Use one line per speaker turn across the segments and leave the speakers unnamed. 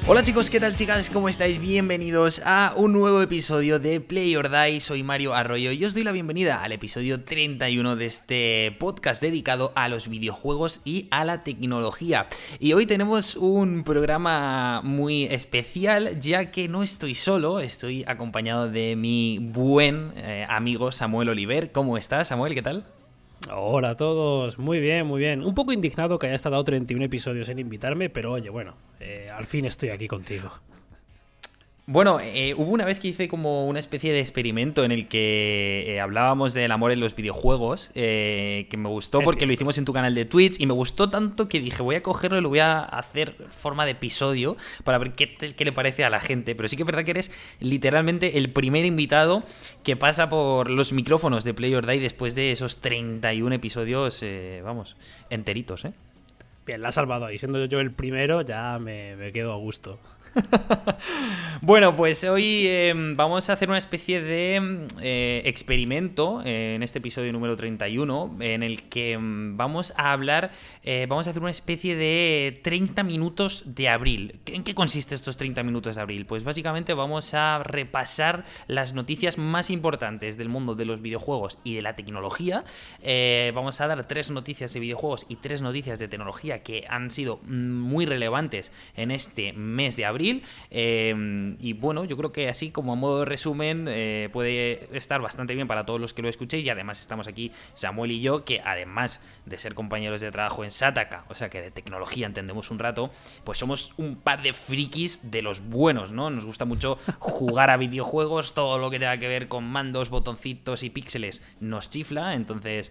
Hola chicos, ¿qué tal chicas? ¿Cómo estáis? Bienvenidos a un nuevo episodio de Play or Die. Soy Mario Arroyo y os doy la bienvenida al episodio 31 de este podcast dedicado a los videojuegos y a la tecnología. Y hoy tenemos un programa muy especial, ya que no estoy solo, estoy acompañado de mi buen amigo Samuel Oliver. ¿Cómo estás, Samuel? ¿Qué tal?
Hola a todos, muy bien, muy bien. Un poco indignado que hayas tardado 31 episodios en invitarme, pero oye, bueno, al fin estoy aquí contigo.
Bueno, hubo una vez que hice como una especie de experimento en el que hablábamos del amor en los videojuegos, que me gustó porque lo hicimos en tu canal de Twitch y me gustó tanto que dije voy a cogerlo y lo voy a hacer forma de episodio para ver qué le parece a la gente. Pero sí que es verdad que eres literalmente el primer invitado que pasa por los micrófonos de Play or Die después de esos 31 episodios, vamos, enteritos, ¿eh?
Bien, la has salvado ahí. Siendo yo el primero, ya me quedo a gusto.
Bueno, pues hoy vamos a hacer una especie de experimento en este episodio número 31 en el que vamos a hablar, vamos a hacer una especie de 30 minutos de abril. ¿En qué consiste estos 30 minutos de abril? Pues básicamente vamos a repasar las noticias más importantes del mundo de los videojuegos y de la tecnología. Vamos a dar 3 noticias de videojuegos y 3 noticias de tecnología que han sido muy relevantes en este mes de abril. Y bueno, yo creo que así como a modo de resumen puede estar bastante bien para todos los que lo escuchéis. Y además estamos aquí Samuel y yo, que además de ser compañeros de trabajo en Shataka, o sea que de tecnología entendemos un rato, pues somos un par de frikis de los buenos, ¿no? Nos gusta mucho jugar a videojuegos, todo lo que tenga que ver con mandos, botoncitos y píxeles nos chifla. Entonces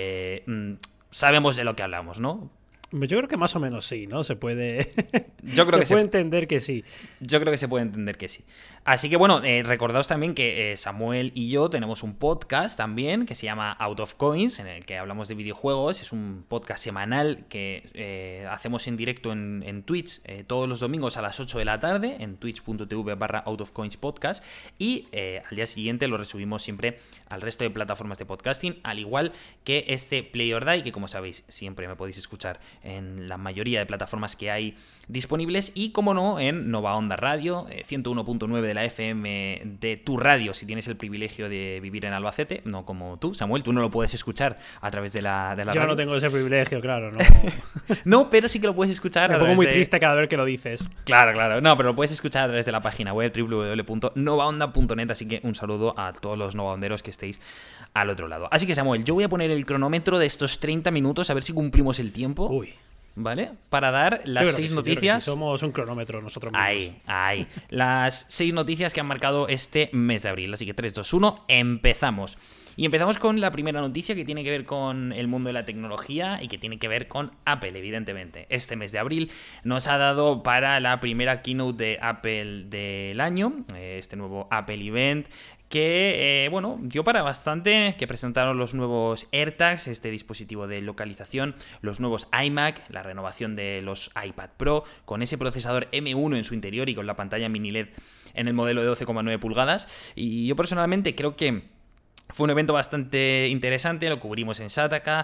sabemos de lo que hablamos, ¿no?
Yo creo que más o menos sí, ¿no? Se puede.
Yo creo que
se puede entender que sí.
Yo creo que se puede entender que sí. Así que bueno, recordaos también que Samuel y yo tenemos un podcast también que se llama Out of Coins, en el que hablamos de videojuegos. Es un podcast semanal que hacemos en directo en Twitch todos los domingos a las 8 de la tarde, en twitch.tv/outofcoinspodcast. Y al día siguiente lo resubimos siempre al resto de plataformas de podcasting, al igual que este Play or Die, que como sabéis siempre me podéis escuchar en la mayoría de plataformas que hay disponibles y, como no, en Nova Onda Radio, 101.9 de la FM de tu radio, si tienes el privilegio de vivir en Albacete, no como tú, Samuel, tú no lo puedes escuchar a través de la radio.
Yo no tengo ese privilegio, claro, no.
No, pero sí que lo puedes escuchar
me pongo muy triste cada vez que lo dices.
Claro, no, pero lo puedes escuchar a través de la página web www.novaonda.net, así que un saludo a todos los novaonderos que estéis al otro lado. Así que, Samuel, yo voy a poner el cronómetro de estos 30 minutos, a ver si cumplimos el tiempo.
Uy.
¿Vale? Para dar las 6 noticias.
Sí, somos un cronómetro nosotros mismos.
Ahí. Las 6 noticias que han marcado este mes de abril. Así que 3, 2, 1, empezamos. Y empezamos con la primera noticia, que tiene que ver con el mundo de la tecnología y que tiene que ver con Apple, evidentemente. Este mes de abril nos ha dado para la primera keynote de Apple del año, este nuevo Apple Event, que, bueno, dio para bastante, que presentaron los nuevos AirTags, este dispositivo de localización, los nuevos iMac, la renovación de los iPad Pro, con ese procesador M1 en su interior y con la pantalla mini LED en el modelo de 12,9 pulgadas. Y yo personalmente creo que fue un evento bastante interesante, lo cubrimos en Shataka,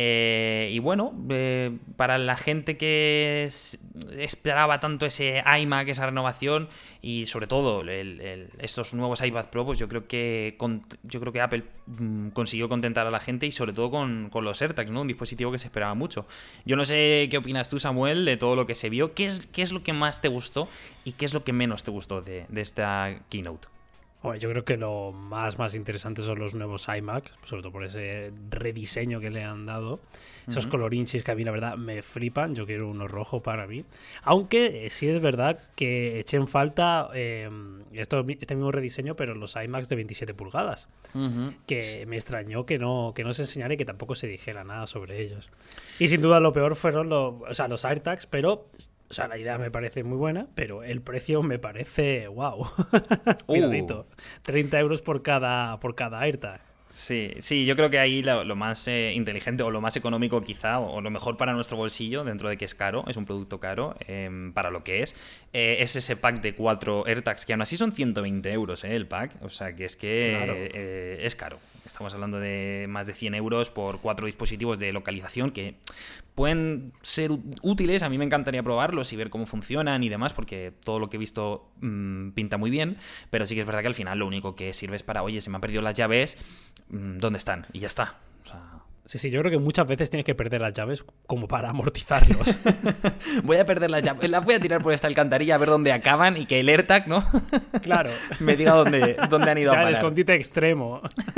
y bueno, para la gente que esperaba tanto ese iMac, esa renovación y sobre todo estos nuevos iPad Pro, pues yo creo que Apple consiguió contentar a la gente y sobre todo con los AirTags, ¿no? Un dispositivo que se esperaba mucho. Yo no sé qué opinas tú, Samuel, de todo lo que se vio. ¿Qué es lo que más te gustó y qué es lo que menos te gustó de esta keynote?
Bueno, yo creo que lo más interesante son los nuevos iMac, sobre todo por ese rediseño que le han dado. Esos colorinchis que a mí la verdad me flipan. Yo quiero uno rojo para mí. Aunque sí es verdad que eché en falta este mismo rediseño, pero los iMacs de 27 pulgadas. Que me extrañó que no se enseñara y que tampoco se dijera nada sobre ellos. Y sin duda lo peor fueron los AirTags, pero... O sea, la idea me parece muy buena, pero el precio me parece wow. Cuidadito. 30 euros por cada AirTag.
Sí, yo creo que ahí lo más inteligente o lo más económico quizá, o lo mejor para nuestro bolsillo, dentro de que es caro, es un producto caro para lo que es ese pack de 4 AirTags, que aún así son 120 euros el pack, o sea que es que claro. Es caro. Estamos hablando de más de 100 euros por 4 dispositivos de localización que pueden ser útiles. A mí me encantaría probarlos y ver cómo funcionan y demás, porque todo lo que he visto pinta muy bien, pero sí que es verdad que al final lo único que sirve es para, oye, se me han perdido las llaves, ¿dónde están? Y ya está. O sea...
Sí, yo creo que muchas veces tienes que perder las llaves como para amortizarlos.
Voy a perder las llaves, las voy a tirar por esta alcantarilla a ver dónde acaban y que el AirTag, ¿no?
Claro.
Me diga dónde han ido a parar.
Ya, el escondite extremo.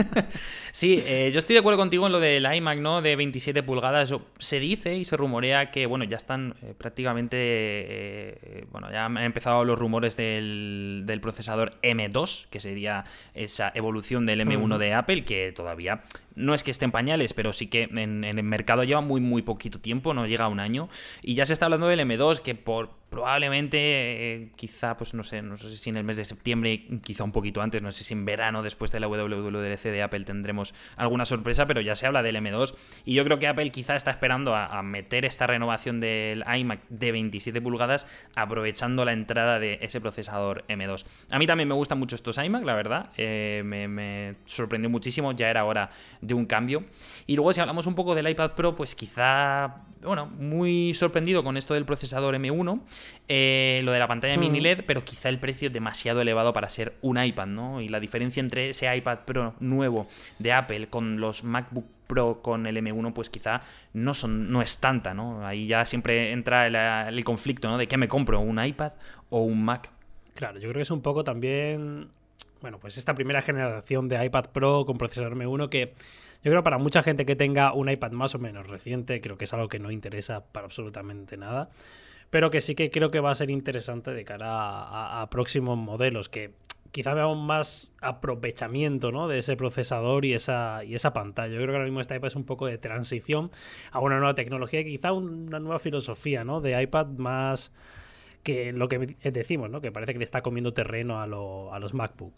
Sí, yo estoy de acuerdo contigo en lo del iMac, ¿no? De 27 pulgadas. Se dice y se rumorea que, bueno, ya están prácticamente... bueno, ya han empezado los rumores del procesador M2, que sería esa evolución del M1 de Apple, que todavía... No es que esté en pañales, pero sí que en el mercado lleva muy poquito tiempo, no llega a un año. Y ya se está hablando del M2, que probablemente, quizá, pues no sé si en el mes de septiembre, quizá un poquito antes, no sé si en verano, después de la WWDC de Apple, tendremos alguna sorpresa, pero ya se habla del M2. Y yo creo que Apple quizá está esperando a meter esta renovación del iMac de 27 pulgadas, aprovechando la entrada de ese procesador M2. A mí también me gustan mucho estos iMac, la verdad. Me sorprendió muchísimo, ya era hora de un cambio. Y luego, si hablamos un poco del iPad Pro, pues quizá, bueno, muy sorprendido con esto del procesador M1, lo de la pantalla mini LED, pero quizá el precio demasiado elevado para ser un iPad, ¿no? Y la diferencia entre ese iPad Pro nuevo de Apple con los MacBook Pro con el M1, pues quizá no es tanta, ¿no? Ahí ya siempre entra el conflicto, ¿no? De qué me compro, un iPad o un Mac.
Claro, yo creo que es un poco también... Bueno, pues esta primera generación de iPad Pro con procesador M1 que yo creo para mucha gente que tenga un iPad más o menos reciente, creo que es algo que no interesa para absolutamente nada, pero que sí que creo que va a ser interesante de cara a próximos modelos, que quizá veamos más aprovechamiento, ¿no?, de ese procesador y esa pantalla. Yo creo que ahora mismo este iPad es un poco de transición a una nueva tecnología y quizá una nueva filosofía, ¿no?, de iPad más... que lo que decimos, ¿no?, que parece que le está comiendo terreno a los MacBook.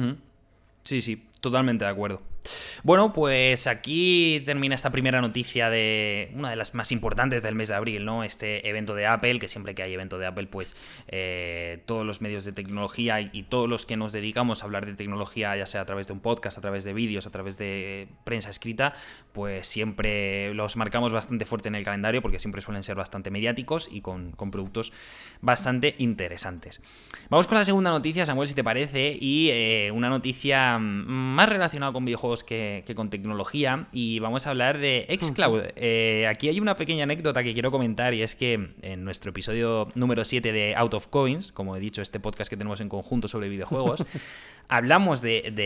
Sí, totalmente de acuerdo. Bueno, pues aquí termina esta primera noticia de una de las más importantes del mes de abril, ¿no? Este evento de Apple, que siempre que hay evento de Apple, pues todos los medios de tecnología y todos los que nos dedicamos a hablar de tecnología, ya sea a través de un podcast, a través de vídeos, a través de prensa escrita, pues siempre los marcamos bastante fuerte en el calendario porque siempre suelen ser bastante mediáticos y con productos bastante interesantes. Vamos con la segunda noticia, Samuel, si te parece, y una noticia más relacionada con videojuegos que con tecnología, y vamos a hablar de xCloud. Aquí hay una pequeña anécdota que quiero comentar, y es que en nuestro episodio número 7 de Out of Coins, como he dicho, este podcast que tenemos en conjunto sobre videojuegos, hablamos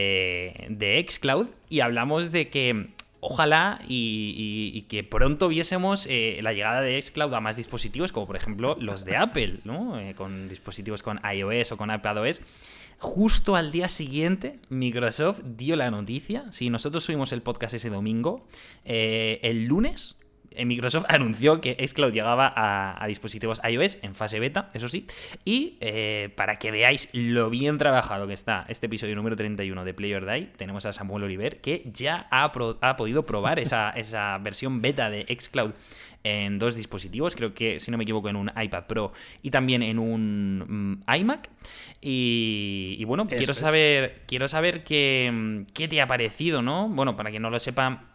de xCloud y hablamos de que ojalá y que pronto viésemos la llegada de xCloud a más dispositivos, como por ejemplo los de Apple, ¿no? Con dispositivos con iOS o con iPadOS. Justo al día siguiente, Microsoft dio la noticia. Si nosotros subimos el podcast ese domingo, el lunes Microsoft anunció que xCloud llegaba a dispositivos iOS en fase beta, eso sí. Y para que veáis lo bien trabajado que está este episodio número 31 de Play or Die, tenemos a Samuel Oliver, que ya ha podido probar esa versión beta de xCloud en 2 dispositivos, creo que, si no me equivoco, en un iPad Pro y también en un iMac. Y bueno, quiero saber qué te ha parecido, ¿no? Bueno, para quien no lo sepa,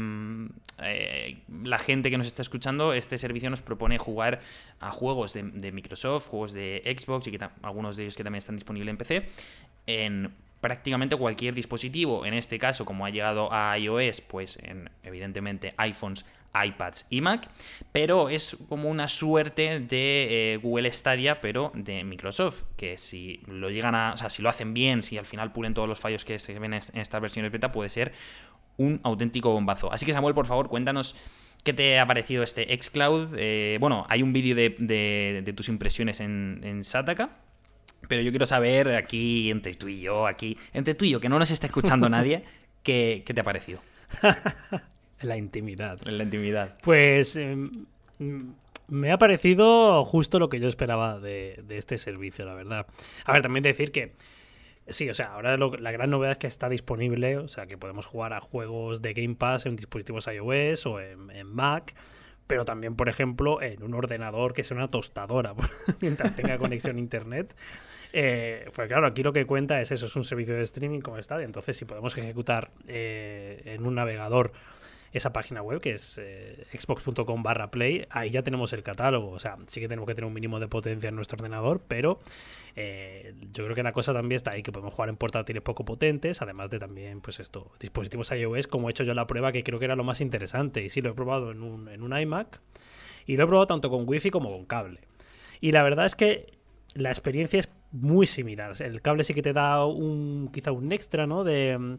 la gente que nos está escuchando, este servicio nos propone jugar a juegos de Microsoft, juegos de Xbox y algunos de ellos que también están disponibles en PC, en prácticamente cualquier dispositivo. En este caso, como ha llegado a iOS, pues evidentemente iPhones, iPads y Mac, pero es como una suerte de Google Stadia, pero de Microsoft, que si lo si lo hacen bien, si al final pulen todos los fallos que se ven en estas versiones beta, puede ser un auténtico bombazo. Así que, Samuel, por favor, cuéntanos qué te ha parecido este xCloud. Bueno, hay un vídeo de tus impresiones en Sataka, pero yo quiero saber aquí, entre tú y yo, que no nos está escuchando nadie, ¿qué te ha parecido?
En la intimidad.
En la intimidad.
Pues me ha parecido justo lo que yo esperaba de este servicio, la verdad. A ver, también decir que sí, o sea, ahora la gran novedad es que está disponible, o sea, que podemos jugar a juegos de Game Pass en dispositivos iOS o en Mac, pero también, por ejemplo, en un ordenador que sea una tostadora mientras tenga conexión a internet. Pues claro, aquí lo que cuenta es eso, es un servicio de streaming como está. Entonces, si podemos ejecutar en un navegador esa página web, que es xbox.com/play, ahí ya tenemos el catálogo. O sea, sí que tenemos que tener un mínimo de potencia en nuestro ordenador, pero yo creo que la cosa también está ahí, que podemos jugar en portátiles poco potentes, además de también, pues esto, dispositivos iOS, como he hecho yo la prueba, que creo que era lo más interesante. Y sí, lo he probado en un iMac, y lo he probado tanto con Wi-Fi como con cable. Y la verdad es que la experiencia es muy similar. El cable sí que te da quizá un extra, ¿no? De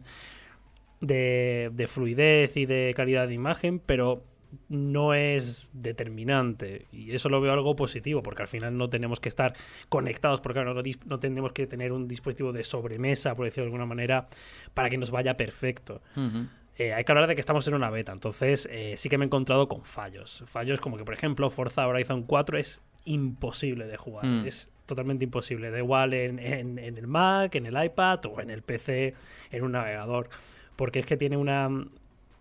fluidez y de calidad de imagen, pero no es determinante. Y eso lo veo algo positivo, porque al final no tenemos que estar conectados, porque no tenemos que tener un dispositivo de sobremesa, por decirlo de alguna manera, para que nos vaya perfecto.
Uh-huh.
Hay que hablar de que estamos en una beta, entonces sí que me he encontrado con fallos. Fallos como que, por ejemplo, Forza Horizon 4 es imposible de jugar. Es totalmente imposible. Da igual en el Mac, en el iPad o en el PC, en un navegador. Porque es que tiene un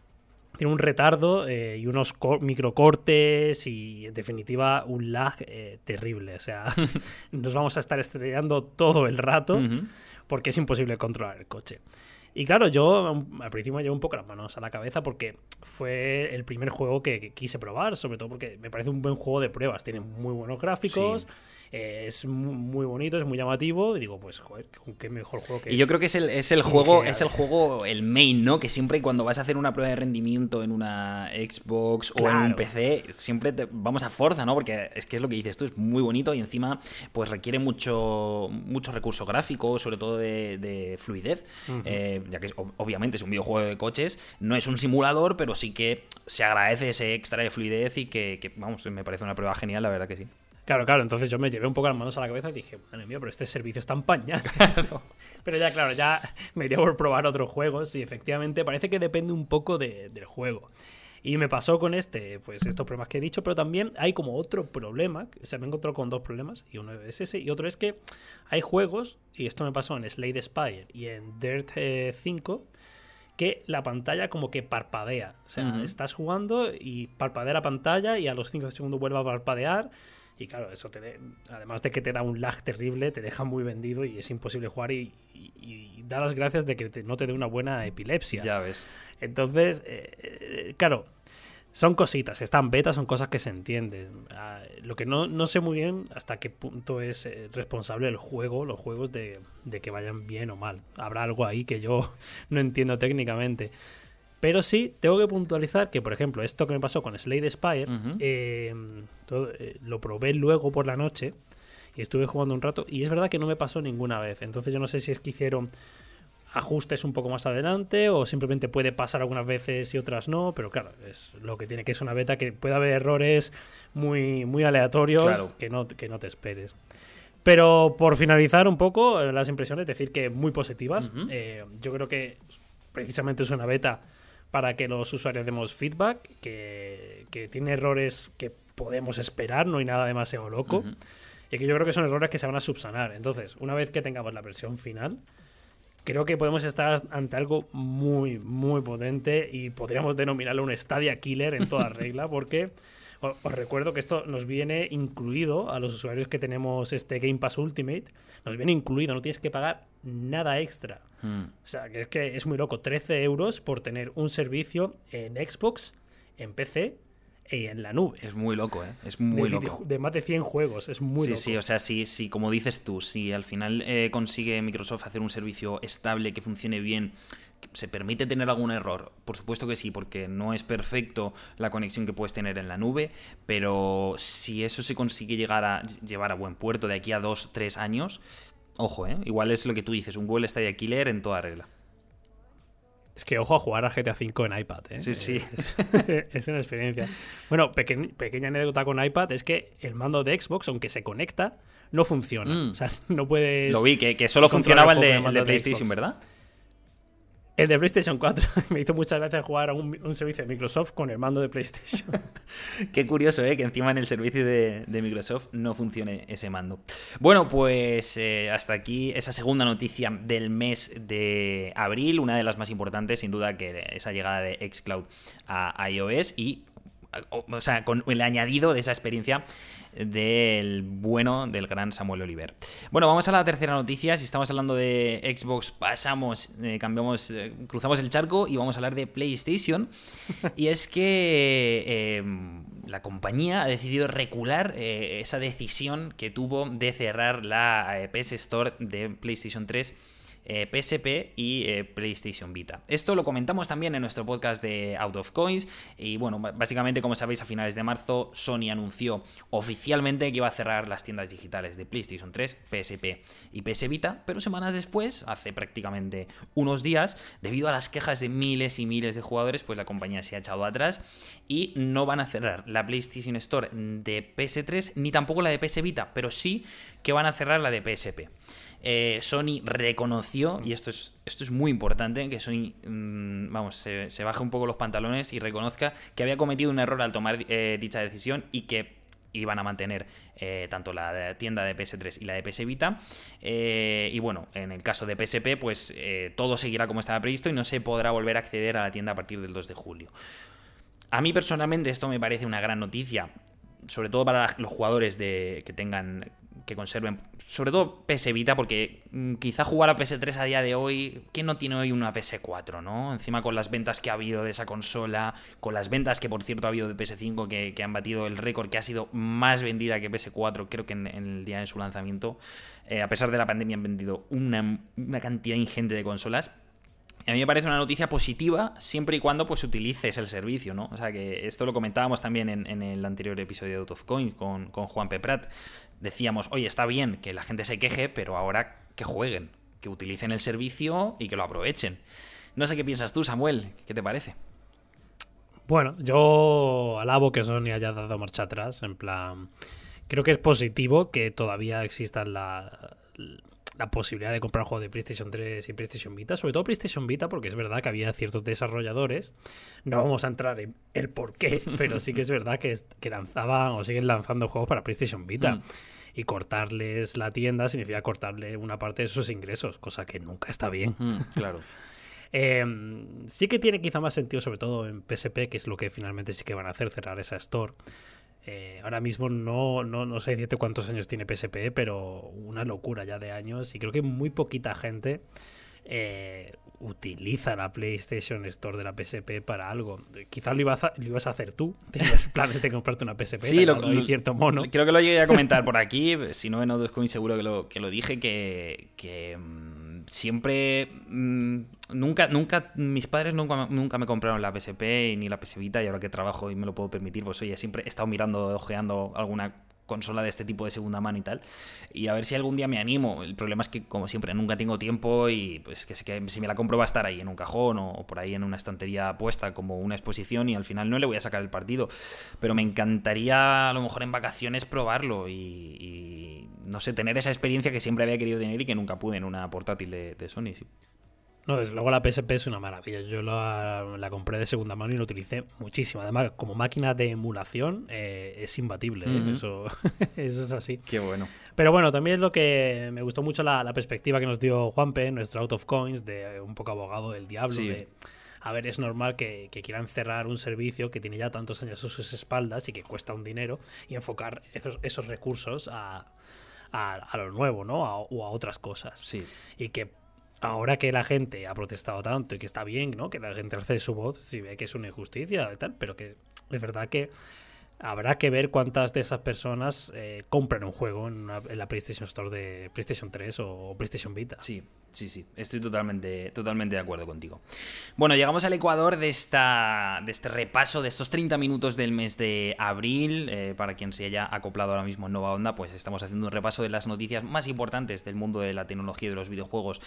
retardo y unos microcortes y, en definitiva, un lag terrible. O sea, nos vamos a estar estrellando todo el rato porque es imposible controlar el coche. Y claro, yo al principio me llevo un poco las manos a la cabeza porque fue el primer juego que quise probar, sobre todo porque me parece un buen juego de pruebas. Tiene muy buenos gráficos, sí. Es muy bonito, es muy llamativo. Y digo, pues, joder, qué mejor juego que
Y yo creo que es el juego, el main, ¿no? Que siempre cuando vas a hacer una prueba de rendimiento en una Xbox o en un PC, siempre vamos a Forza, ¿no? Porque es que es lo que dices tú, es muy bonito y encima pues requiere mucho recurso gráfico, sobre todo de fluidez. Ya que obviamente es un videojuego de coches, no es un simulador, pero sí que se agradece ese extra de fluidez y que vamos, me parece una prueba genial, la verdad que sí.
Claro, entonces yo me llevé un poco las manos a la cabeza y dije, madre mía, pero este servicio está en pañal. Claro. Pero ya me iría por probar otros juegos y efectivamente parece que depende un poco del juego. Y me pasó con pues estos problemas que he dicho, pero también hay como otro problema, o sea, me encontré con dos problemas, y uno es ese, y otro es que hay juegos, y esto me pasó en Slade Spire y en Dirt 5, que la pantalla como que parpadea. O sea, estás jugando y parpadea la pantalla y a los 5 segundos vuelve a parpadear. Y claro, eso además de que te da un lag terrible, te deja muy vendido y es imposible jugar y da las gracias de que no te dé una buena epilepsia.
Ya ves.
Entonces, claro, son cositas, están betas, son cosas que se entienden. Lo que no sé muy bien hasta qué punto es responsable los juegos de que vayan bien o mal. Habrá algo ahí que yo no entiendo técnicamente. Pero sí, tengo que puntualizar que, por ejemplo, esto que me pasó con Slade Spire, lo probé luego por la noche y estuve jugando un rato y es verdad que no me pasó ninguna vez. Entonces yo no sé si es que hicieron ajustes un poco más adelante o simplemente puede pasar algunas veces y otras no, pero claro, es lo que tiene, que es una beta, que puede haber errores muy, muy aleatorios, claro, que no te esperes. Pero por finalizar un poco las impresiones, decir que muy positivas. Yo creo que precisamente es una beta para que los usuarios demos feedback, que tiene errores que podemos esperar, no hay nada demasiado loco, y que yo creo que son errores que se van a subsanar. Entonces, una vez que tengamos la versión final, creo que podemos estar ante algo muy, muy potente y podríamos denominarlo un Stadia Killer en toda regla, porque os recuerdo que esto nos viene incluido a los usuarios que tenemos este Game Pass Ultimate, nos viene incluido, no tienes que pagar nada extra. O sea, que es muy loco, 13 euros por tener un servicio en Xbox, en PC y en la nube.
Es muy loco, ¿eh? Es muy loco.
De más de 100 juegos, es muy loco.
Sí, o sea, sí, como dices tú, si al final consigue Microsoft hacer un servicio estable, que funcione bien, ¿se permite tener algún error? Por supuesto que sí, porque no es perfecto la conexión que puedes tener en la nube, pero si eso se consigue llevar a buen puerto de aquí a 2-3 años, ojo, igual es lo que tú dices, un Google Stadia Killer en toda regla.
Es que ojo a jugar a GTA V en iPad, ¿eh?
Sí.
Es una experiencia. Bueno, pequeña anécdota con iPad es que el mando de Xbox, aunque se conecta, no funciona. O sea, no puedes...
Lo vi, que solo funcionaba el de PlayStation, ¿verdad?
El de PlayStation 4. Me hizo mucha gracia jugar a un servicio de Microsoft con el mando de PlayStation.
Qué curioso, que encima en el servicio de Microsoft no funcione ese mando. Bueno, pues hasta aquí esa segunda noticia del mes de abril, una de las más importantes, sin duda, que esa llegada de xCloud a iOS y o sea, con el añadido de esa experiencia del bueno del gran Samuel Oliver. Bueno, vamos a la tercera noticia. Si estamos hablando de Xbox, cambiamos, cruzamos el charco y vamos a hablar de PlayStation. Y es que la compañía ha decidido recular esa decisión que tuvo de cerrar la PS Store de PlayStation 3, PSP y PlayStation Vita. Esto lo comentamos también en nuestro podcast de Out of Coins y bueno, básicamente como sabéis a finales de marzo Sony anunció oficialmente que iba a cerrar las tiendas digitales de PlayStation 3, PSP y PS Vita, pero semanas después, hace prácticamente unos días, debido a las quejas de miles y miles de jugadores, pues la compañía se ha echado atrás y no van a cerrar la PlayStation Store de PS3 ni tampoco la de PS Vita, pero sí que van a cerrar la de PSP. Sony reconoció, y esto es muy importante, que Sony se baje un poco los pantalones y reconozca que había cometido un error al tomar dicha decisión y que iban a mantener tanto la tienda de PS3 y la de PS Vita. Y bueno, en el caso de PSP, pues todo seguirá como estaba previsto y no se podrá volver a acceder a la tienda a partir del 2 de julio. A mí personalmente esto me parece una gran noticia, sobre todo para los jugadores que conserven, sobre todo PS Vita, porque quizá jugar a PS3 a día de hoy, ¿quién no tiene hoy una PS4, no? Encima con las ventas que ha habido de esa consola, con las ventas que por cierto ha habido de PS5 que han batido el récord, que ha sido más vendida que PS4, creo que en el día de su lanzamiento, a pesar de la pandemia han vendido una cantidad ingente de consolas. A mí me parece una noticia positiva siempre y cuando pues utilices el servicio, ¿no? O sea que esto lo comentábamos también en el anterior episodio de Out of Coins con Juan Peprat. Decíamos, oye, está bien que la gente se queje, pero ahora que jueguen, que utilicen el servicio y que lo aprovechen. No sé qué piensas tú, Samuel, ¿qué te parece?
Bueno, yo alabo que Sony haya dado marcha atrás, en plan, creo que es positivo que todavía exista la posibilidad de comprar juegos de PlayStation 3 y PlayStation Vita, sobre todo PlayStation Vita, porque es verdad que había ciertos desarrolladores, no vamos a entrar en el por qué, pero sí que es verdad que lanzaban o siguen lanzando juegos para PlayStation Vita. Y cortarles la tienda significa cortarle una parte de sus ingresos, cosa que nunca está bien.
Claro.
Sí que tiene quizá más sentido, sobre todo en PSP, que es lo que finalmente sí que van a hacer, cerrar esa store. Ahora mismo no sé decirte cuántos años tiene PSP, pero una locura ya de años, y creo que muy poquita gente utiliza la PlayStation Store de la PSP para algo. Quizás lo ibas a hacer tú, tenías planes de comprarte una PSP.
Sí,
cierto mono.
Creo que lo llegué a comentar por aquí, si no en Odoscoin seguro que lo dije, que siempre nunca mis padres nunca me compraron la PSP ni la PS Vita, y ahora que trabajo y me lo puedo permitir, pues oye, siempre he estado ojeando alguna consola de este tipo de segunda mano y tal, y a ver si algún día me animo. El problema es que, como siempre, nunca tengo tiempo y pues que sé que si me la compro va a estar ahí en un cajón o por ahí en una estantería puesta como una exposición y al final no le voy a sacar el partido, pero me encantaría a lo mejor en vacaciones probarlo y no sé, tener esa experiencia que siempre había querido tener y que nunca pude en una portátil de Sony, sí.
No, desde luego la PSP es una maravilla. Yo la compré de segunda mano y la utilicé muchísimo. Además, como máquina de emulación, es imbatible. Eso es así.
Qué bueno.
Pero bueno, también es lo que me gustó mucho la perspectiva que nos dio Juanpe, nuestro Out of Coins, de un poco abogado del diablo. Sí. A ver, es normal que quieran cerrar un servicio que tiene ya tantos años a sus espaldas y que cuesta un dinero, y enfocar esos recursos a lo nuevo, ¿no? O a otras cosas.
Sí.
Y que ahora que la gente ha protestado tanto y que está bien, ¿no? Que la gente alce su voz, si ve que es una injusticia y tal, pero que es verdad que habrá que ver cuántas de esas personas compran un juego en la PlayStation Store de PlayStation 3 o PlayStation Vita.
Sí. Estoy totalmente de acuerdo contigo. Bueno, llegamos al ecuador de este repaso de estos 30 minutos del mes de abril. Para quien se haya acoplado ahora mismo en Nova Onda, pues estamos haciendo un repaso de las noticias más importantes del mundo de la tecnología y de los videojuegos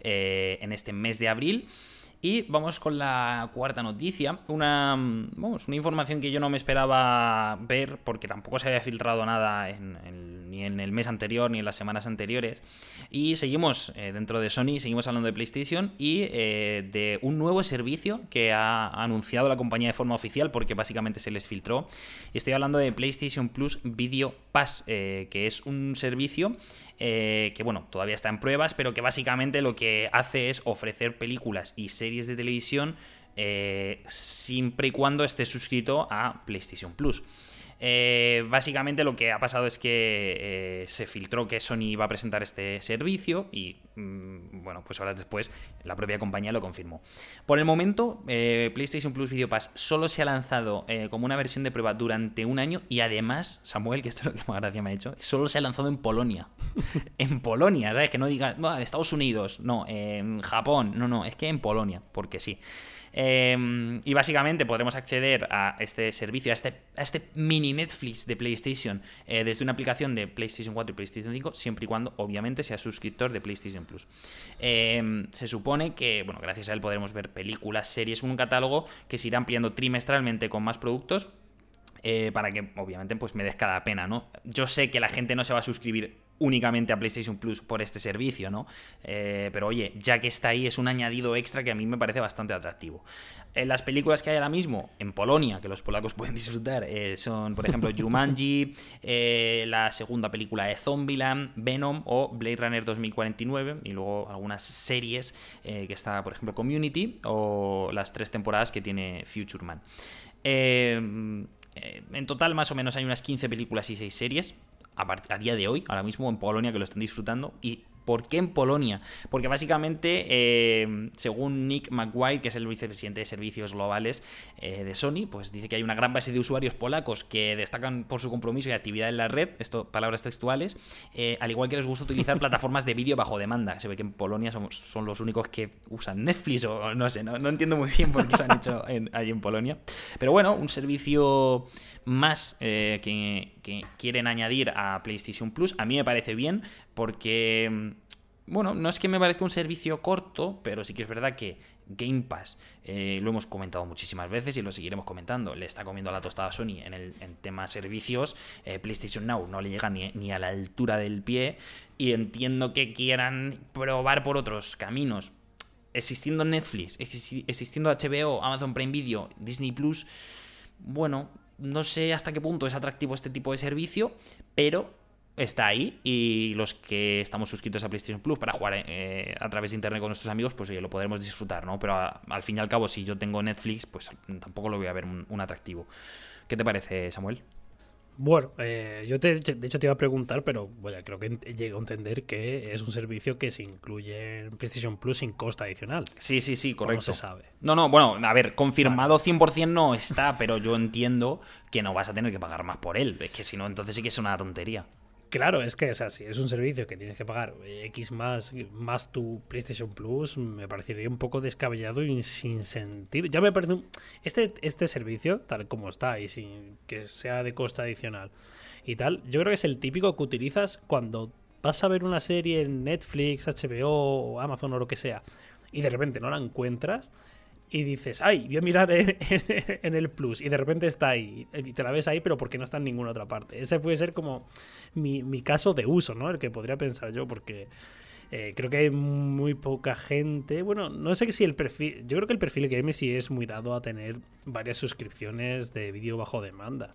en este mes de abril. Y vamos con la cuarta noticia, una información que yo no me esperaba ver porque tampoco se había filtrado nada ni en el mes anterior ni en las semanas anteriores. Y seguimos dentro de Sony, seguimos hablando de PlayStation y de un nuevo servicio que ha anunciado la compañía de forma oficial porque básicamente se les filtró. Y estoy hablando de PlayStation Plus Video Pass, que es un servicio que bueno, todavía está en pruebas, pero que básicamente lo que hace es ofrecer películas y series de televisión siempre y cuando estés suscrito a PlayStation Plus. Básicamente lo que ha pasado es que se filtró que Sony iba a presentar este servicio y bueno, pues horas después la propia compañía lo confirmó. Por el momento, PlayStation Plus Video Pass solo se ha lanzado como una versión de prueba durante un año y además, Samuel, que esto es lo que más gracia me ha hecho, solo se ha lanzado en Polonia. En Polonia, ¿sabes? Que no digas, no, en Estados Unidos, no, en Japón, no, es que en Polonia, porque sí. Y básicamente podremos acceder a este servicio, a este mini Netflix de PlayStation desde una aplicación de PlayStation 4 y PlayStation 5, siempre y cuando obviamente seas suscriptor de PlayStation Plus. Se supone que, bueno, gracias a él podremos ver películas, series, un catálogo que se irá ampliando trimestralmente con más productos. Para que obviamente pues merezca la pena, ¿no? Yo sé que la gente no se va a suscribir únicamente a PlayStation Plus por este servicio, ¿no? Pero oye, ya que está ahí, es un añadido extra que a mí me parece bastante atractivo. Las películas que hay ahora mismo en Polonia, que los polacos pueden disfrutar, son, por ejemplo, Jumanji, la segunda película de Zombieland, Venom o Blade Runner 2049, y luego algunas series que está, por ejemplo, Community, o las 3 temporadas que tiene Future Man. En total, más o menos, hay unas 15 películas y 6 series a día de hoy, ahora mismo en Polonia, que lo están disfrutando. ¿Y por qué en Polonia? Porque básicamente, según Nick McGuire, que es el vicepresidente de servicios globales de Sony, pues dice que hay una gran base de usuarios polacos que destacan por su compromiso y actividad en la red, esto palabras textuales, al igual que les gusta utilizar plataformas de vídeo bajo demanda. Se ve que en Polonia son los únicos que usan Netflix, o no sé, no entiendo muy bien por qué lo han hecho ahí en Polonia. Pero bueno, un servicio más que quieren añadir a PlayStation Plus. A mí me parece bien porque, bueno, no es que me parezca un servicio corto, pero sí que es verdad que Game Pass, lo hemos comentado muchísimas veces y lo seguiremos comentando, le está comiendo a la tostada a Sony en tema servicios. PlayStation Now no le llega ni a la altura del pie, y entiendo que quieran probar por otros caminos. Existiendo Netflix, existiendo HBO, Amazon Prime Video, Disney Plus, bueno, no sé hasta qué punto es atractivo este tipo de servicio, pero está ahí, y los que estamos suscritos a PlayStation Plus para jugar a través de internet con nuestros amigos, pues oye, lo podremos disfrutar, ¿no? Pero al fin y al cabo, si yo tengo Netflix, pues tampoco lo voy a ver un atractivo. ¿Qué te parece, Samuel?
Bueno, yo de hecho te iba a preguntar, pero bueno, creo que llego a entender que es un servicio que se incluye en PlayStation Plus sin coste adicional.
Sí, correcto.
No se sabe.
No, bueno, a ver, confirmado 100% no está, pero yo entiendo que no vas a tener que pagar más por él. Es que si no, entonces sí que es una tontería.
Claro, es que, o sea, si es un servicio que tienes que pagar X más tu PlayStation Plus, me parecería un poco descabellado y sin sentido. Ya me parece este servicio, tal como está y sin que sea de coste adicional y tal, yo creo que es el típico que utilizas cuando vas a ver una serie en Netflix, HBO o Amazon o lo que sea, y de repente no la encuentras y dices, ay, voy a mirar en el Plus, y de repente está ahí, y te la ves ahí, pero porque no está en ninguna otra parte. Ese puede ser como mi caso de uso, ¿no? El que podría pensar yo, porque creo que hay muy poca gente. Bueno, no sé si el perfil, yo creo que el perfil Game sí es muy dado a tener varias suscripciones de vídeo bajo demanda,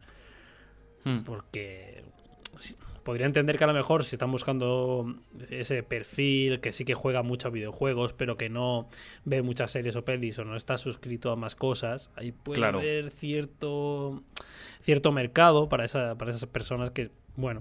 porque podría entender que a lo mejor si están buscando ese perfil que sí que juega mucho a videojuegos, pero que no ve muchas series o pelis, o no está suscrito a más cosas, ahí puede haber cierto mercado para esas personas que, bueno,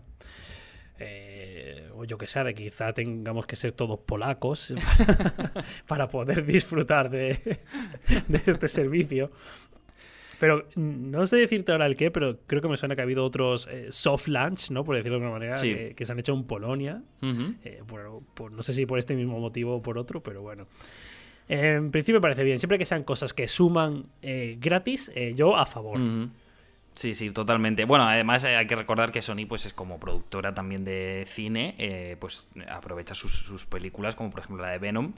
o yo que sé, quizá tengamos que ser todos polacos para poder disfrutar de este servicio. Pero no sé decirte ahora el qué, pero creo que me suena que ha habido otros soft launch, ¿no? Por decirlo de alguna manera, sí, que se han hecho en Polonia. No sé si por este mismo motivo o por otro, pero bueno. En principio me parece bien. Siempre que sean cosas que suman gratis, yo a favor.
Sí, totalmente. Bueno, además hay que recordar que Sony pues es como productora también de cine, pues aprovecha sus películas, como por ejemplo la de Venom,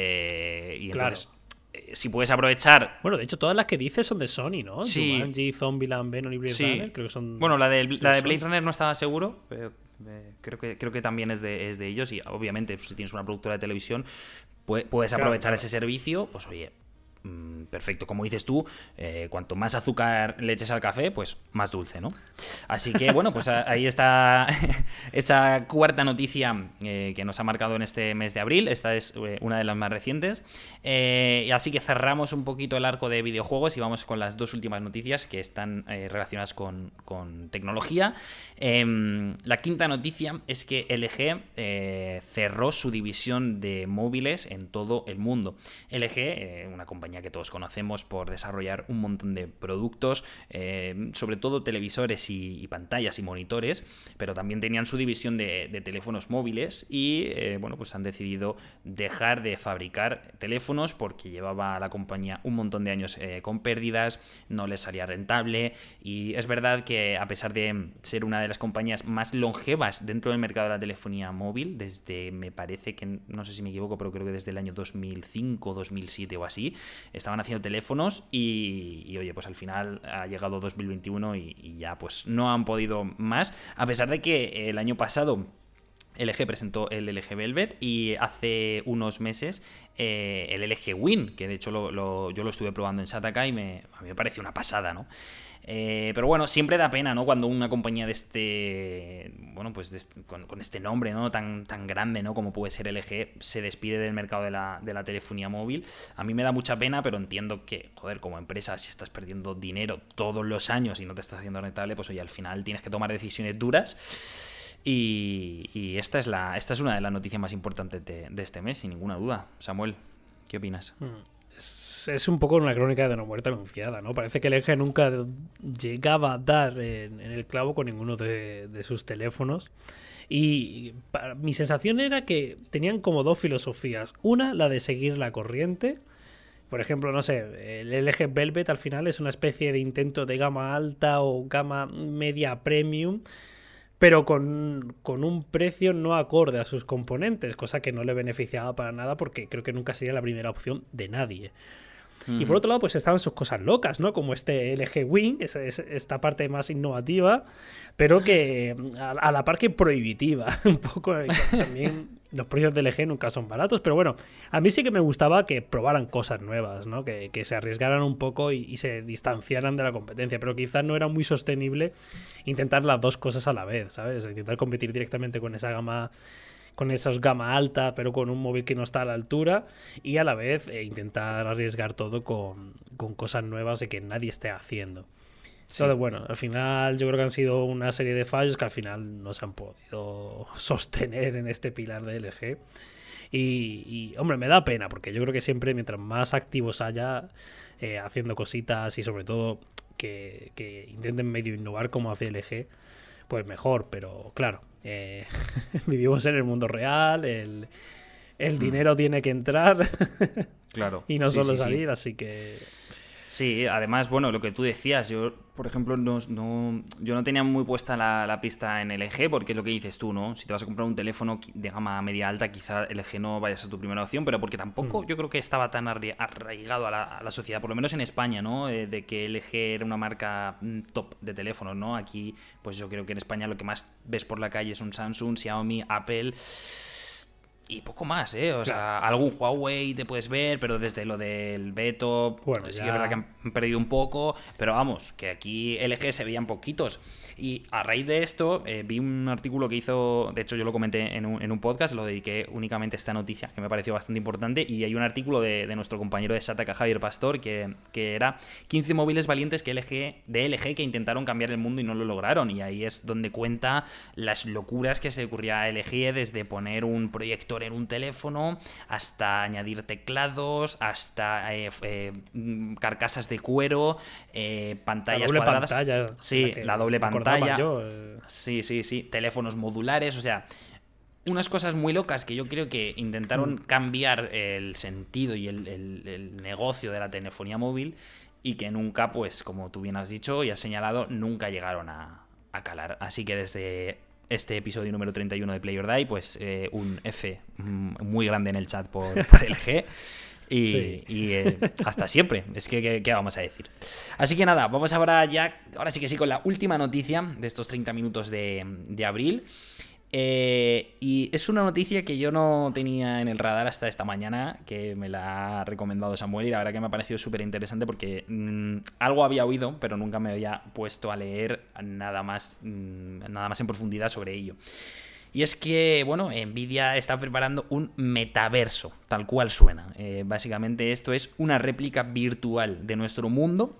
y entonces... Claro. Si puedes aprovechar...
Bueno, de hecho, todas las que dices son de Sony, ¿no?
Sí.
Jumanji, Zombieland, Venom y Blade Runner, creo que son...
Bueno, la de Blade Runner no estaba seguro, pero creo que también es de ellos, y obviamente pues, si tienes una productora de televisión puedes aprovechar ese servicio, pues oye, perfecto. Como dices tú, cuanto más azúcar le eches al café, pues más dulce, ¿no? Así que bueno, pues ahí está esa cuarta noticia que nos ha marcado en este mes de abril. Esta es una de las más recientes. Y así que cerramos un poquito el arco de videojuegos y vamos con las dos últimas noticias que están relacionadas con tecnología. La quinta noticia es que LG cerró su división de móviles en todo el mundo. LG, una compañía que todos conocemos por desarrollar un montón de productos, sobre todo televisores y pantallas y monitores, pero también tenían su división de teléfonos móviles y bueno, pues han decidido dejar de fabricar teléfonos porque llevaba la compañía un montón de años con pérdidas, no les salía rentable, y es verdad que a pesar de ser una de las compañías más longevas dentro del mercado de la telefonía móvil, desde, me parece que, no sé si me equivoco, pero creo que desde el año 2005, 2007 o así, estaban haciendo teléfonos y oye, pues al final ha llegado 2021 y ya pues no han podido más, a pesar de que el año pasado LG presentó el LG Velvet y hace unos meses el LG Win, que de hecho yo lo estuve probando en Sataka y a mí me parece una pasada, ¿no? Pero bueno, siempre da pena, ¿no? Cuando una compañía de este, bueno, pues con este nombre, ¿no? Tan grande, ¿no? Como puede ser LG, se despide del mercado de la telefonía móvil. A mí me da mucha pena, pero entiendo que, joder, como empresa, si estás perdiendo dinero todos los años y no te estás haciendo rentable, pues oye, al final tienes que tomar decisiones duras. Y esta es una de las noticias más importantes de este mes, sin ninguna duda. Samuel, ¿qué opinas?
Es un poco una crónica de una muerte anunciada, ¿no? Parece que el LG nunca llegaba a dar en el clavo con ninguno de sus teléfonos. Y mi sensación era que tenían como dos filosofías. Una, la de seguir la corriente. Por ejemplo, no sé, el LG Velvet al final es una especie de intento de gama alta o gama media premium, pero con un precio no acorde a sus componentes, cosa que no le beneficiaba para nada porque creo que nunca sería la primera opción de nadie. Y por otro lado, pues estaban sus cosas locas, ¿no? Como este LG Wing, esta parte más innovativa, pero que a la par que prohibitiva. Un poco también los precios de LG nunca son baratos, pero bueno, a mí sí que me gustaba que probaran cosas nuevas, ¿no? Que se arriesgaran un poco y se distanciaran de la competencia, pero quizás no era muy sostenible intentar las dos cosas a la vez, ¿sabes? Intentar competir directamente con esa gama, con esos gama alta, pero con un móvil que no está a la altura, y a la vez intentar arriesgar todo con cosas nuevas y que nadie esté haciendo. Sí. Entonces, bueno, al final yo creo que han sido una serie de fallos que al final no se han podido sostener en este pilar de LG. Y hombre, me da pena, porque yo creo que siempre mientras más activos haya haciendo cositas y sobre todo que intenten medio innovar como hace LG, pues mejor, pero claro, vivimos en el mundo real, el dinero tiene que entrar,
claro,
y no solo salir, así que...
Sí, además, bueno, lo que tú decías, yo, por ejemplo, yo no tenía muy puesta la pista en LG, porque es lo que dices tú, ¿no? Si te vas a comprar un teléfono de gama media alta, quizá LG no vaya a ser tu primera opción, pero porque tampoco yo creo que estaba tan arraigado a la sociedad, por lo menos en España, ¿no? De que LG era una marca top de teléfonos, ¿no? Aquí, pues yo creo que en España lo que más ves por la calle es un Samsung, Xiaomi, Apple... Y poco más, ¿eh? O sea, algún Huawei te puedes ver, pero desde lo del Beto, bueno, sí que es verdad que han perdido un poco, pero vamos, que aquí LG se veían poquitos. Y a raíz de esto, vi un artículo que hizo, de hecho yo lo comenté en un podcast, lo dediqué únicamente a esta noticia, que me pareció bastante importante, y hay un artículo de nuestro compañero de Sataka, Javier Pastor, que era 15 móviles valientes de LG que intentaron cambiar el mundo y no lo lograron, y ahí es donde cuenta las locuras que se le ocurría a LG, desde poner un proyector en un teléfono, hasta añadir teclados, hasta carcasas de cuero, pantallas cuadradas.
Pantalla,
sí, la doble pantalla. Sí, teléfonos modulares, o sea, unas cosas muy locas que yo creo que intentaron cambiar el sentido y el negocio de la telefonía móvil y que nunca, pues como tú bien has dicho y has señalado, nunca llegaron a calar. Así que desde este episodio número 31 de Play or Die, pues un F muy grande en el chat por LG. Y hasta siempre, es que ¿qué vamos a decir? Así que nada, vamos ahora sí que sí con la última noticia de estos 30 minutos de abril. Y es una noticia que yo no tenía en el radar hasta esta mañana, que me la ha recomendado Samuel, y la verdad que me ha parecido súper interesante porque algo había oído, pero nunca me había puesto a leer nada más en profundidad sobre ello. Y es que, bueno, Nvidia está preparando un metaverso, tal cual suena. Básicamente esto es una réplica virtual de nuestro mundo.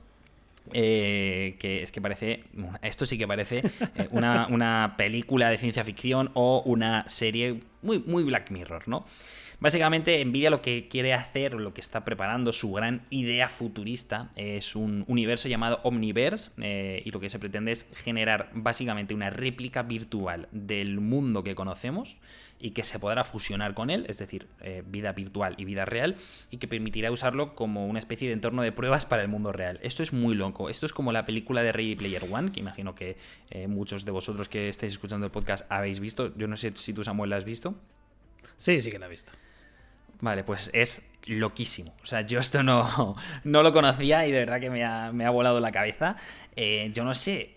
Que es que parece, esto sí que parece una película de ciencia ficción o una serie muy, muy Black Mirror, ¿no? Básicamente Nvidia lo que quiere hacer, o lo que está preparando, su gran idea futurista, es un universo llamado Omniverse, y lo que se pretende es generar básicamente una réplica virtual del mundo que conocemos y que se podrá fusionar con él, es decir, vida virtual y vida real, y que permitirá usarlo como una especie de entorno de pruebas para el mundo real. Esto es muy loco. Esto es como la película de Ready Player One, que imagino que muchos de vosotros que estáis escuchando el podcast habéis visto. Yo no sé si tú, Samuel, la has visto.
Sí, sí que la he visto.
Vale, pues es loquísimo. O sea, yo esto no lo conocía y de verdad que me ha volado la cabeza. Yo no sé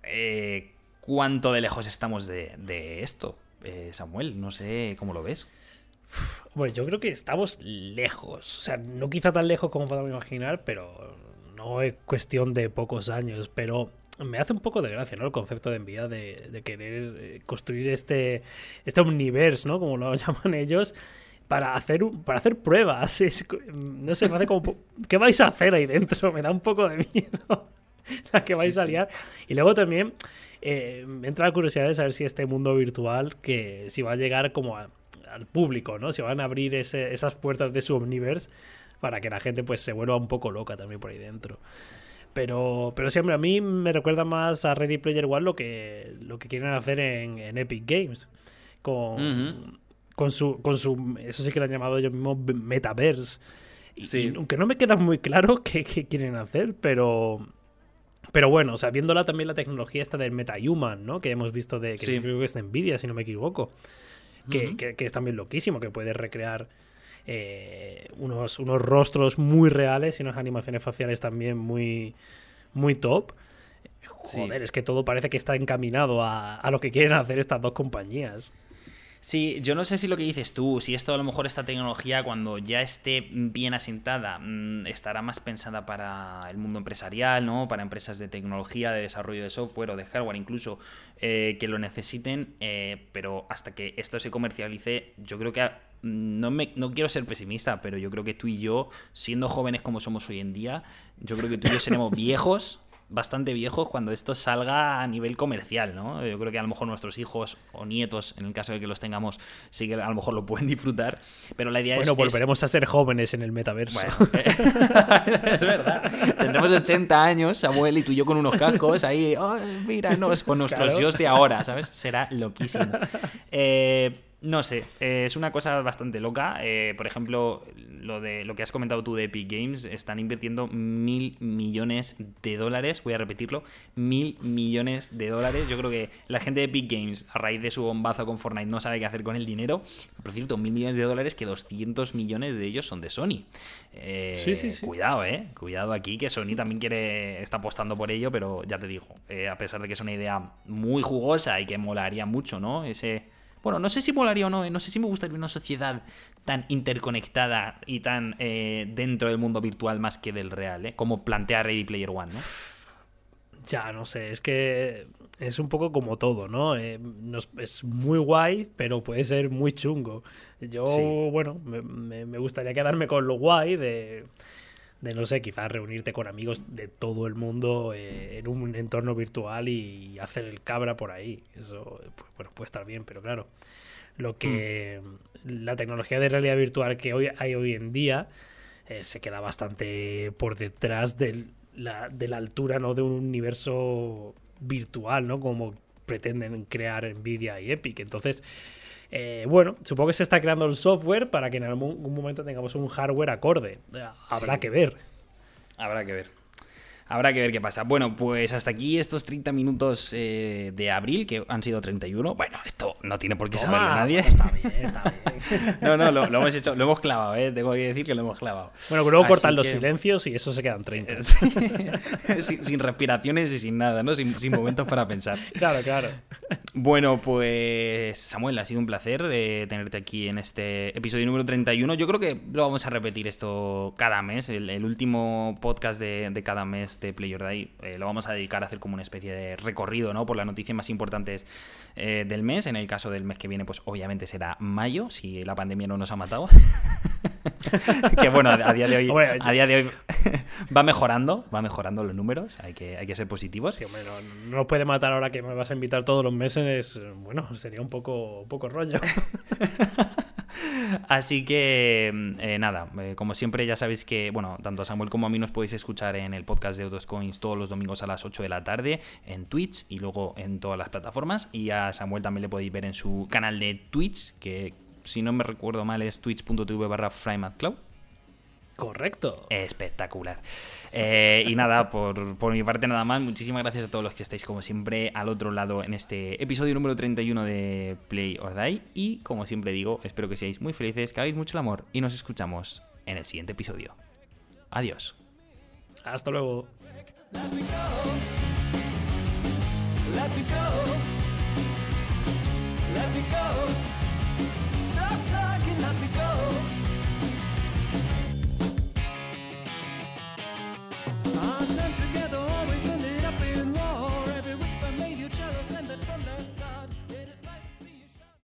cuánto de lejos estamos de esto, Samuel. No sé cómo lo ves.
Bueno, yo creo que estamos lejos. O sea, no quizá tan lejos como podamos imaginar, pero no es cuestión de pocos años. Pero me hace un poco de gracia, ¿no? El concepto de Nvidia de querer construir este omniverse, ¿no? Como lo llaman ellos. Para hacer pruebas. No sé, me hace como... ¿Qué vais a hacer ahí dentro? Me da un poco de miedo la que vais a liar. Y luego también me entra la curiosidad de saber si este mundo virtual, que si va a llegar como al público, ¿no? Si van a abrir esas puertas de su Omniverse para que la gente pues se vuelva un poco loca también por ahí dentro. Pero siempre a mí me recuerda más a Ready Player One lo que quieren hacer en Epic Games. Con su, eso sí que lo han llamado ellos mismos metaverse. Y aunque no me queda muy claro qué quieren hacer, pero bueno, o sea, viéndola también la tecnología esta del MetaHuman, ¿no? Que hemos visto que creo que es de Nvidia, si no me equivoco. Que es también loquísimo, que puede recrear unos rostros muy reales y unas animaciones faciales también muy, muy top. Joder, es que todo parece que está encaminado a lo que quieren hacer estas dos compañías.
Sí, yo no sé si lo que dices tú, si esto a lo mejor esta tecnología cuando ya esté bien asentada estará más pensada para el mundo empresarial, ¿no? Para empresas de tecnología, de desarrollo de software o de hardware incluso que lo necesiten, pero hasta que esto se comercialice, yo creo que no quiero ser pesimista, pero yo creo que tú y yo, siendo jóvenes como somos hoy en día, yo creo que tú y yo seremos viejos, bastante viejos cuando esto salga a nivel comercial, ¿no? Yo creo que a lo mejor nuestros hijos o nietos, en el caso de que los tengamos, sí que a lo mejor lo pueden disfrutar, pero la idea
Bueno, volveremos a ser jóvenes en el metaverso.
Bueno, es verdad. Tendremos 80 años, Samuel, y tú y yo con unos cascos ahí, oh, mira, no, es con nuestros yos de ahora, ¿sabes? Será loquísimo. No sé, es una cosa bastante loca. Por ejemplo, lo que has comentado tú de Epic Games, están invirtiendo $1.000 millones. Voy a repetirlo, $1.000 millones. Yo creo que la gente de Epic Games, a raíz de su bombazo con Fortnite, no sabe qué hacer con el dinero. Por cierto, $1.000 millones, que 200 millones de ellos son de Sony. Sí. Cuidado aquí, que Sony también está apostando por ello, pero ya te digo, a pesar de que es una idea muy jugosa y que molaría mucho, ¿no? Bueno, no sé si molaría o no, no sé si me gustaría una sociedad tan interconectada y tan dentro del mundo virtual más que del real, como plantea Ready Player One, ¿no?
Ya, no sé, es que es un poco como todo, ¿no? Es muy guay, pero puede ser muy chungo. Bueno, me gustaría quedarme con lo guay de no sé, quizás reunirte con amigos de todo el mundo en un entorno virtual y hacer el cabra por ahí. Eso, pues, bueno, puede estar bien, pero claro, la tecnología de realidad virtual que hay hoy en día se queda bastante por detrás de la altura, ¿no? De un universo virtual, ¿no? Como pretenden crear Nvidia y Epic. Entonces, bueno, supongo que se está creando el software para que en algún momento tengamos un hardware acorde. Habrá que ver.
Habrá que ver qué pasa. Bueno, pues hasta aquí estos 30 minutos de abril, que han sido 31. Bueno, esto no tiene por qué saberlo nadie.
Está bien.
No, lo hemos hecho, lo hemos clavado, tengo que decir que lo hemos clavado.
Bueno, que luego cortan los silencios y eso se quedan 30.
sin respiraciones y sin nada, ¿no? Sin momentos para pensar.
Claro.
Bueno, pues Samuel, ha sido un placer tenerte aquí en este episodio número 31. Yo creo que lo vamos a repetir esto cada mes. El último podcast de cada mes de Play or Die lo vamos a dedicar a hacer como una especie de recorrido, ¿no? Por las noticias más importantes del mes. En el caso del mes que viene, pues obviamente será mayo, si la pandemia no nos ha matado. Que bueno, a día de hoy va mejorando los números, hay que ser positivos.
Sí, hombre, no puede matar ahora que me vas a invitar todos los meses. Bueno, sería un poco rollo.
Así que nada, como siempre ya sabéis que, bueno, tanto a Samuel como a mí nos podéis escuchar en el podcast de Autoscoins todos los domingos a las 8 de la tarde en Twitch y luego en todas las plataformas, y a Samuel también le podéis ver en su canal de Twitch, que si no me recuerdo mal es twitch.tv/FryMadCloud.
Correcto.
Espectacular. Y nada, por mi parte nada más. Muchísimas gracias a todos los que estáis como siempre al otro lado en este episodio número 31 de Play or Die. Y como siempre digo, espero que seáis muy felices, que hagáis mucho el amor y nos escuchamos en el siguiente episodio. Adiós.
Hasta luego.
Let me go. Let me go. Let me go.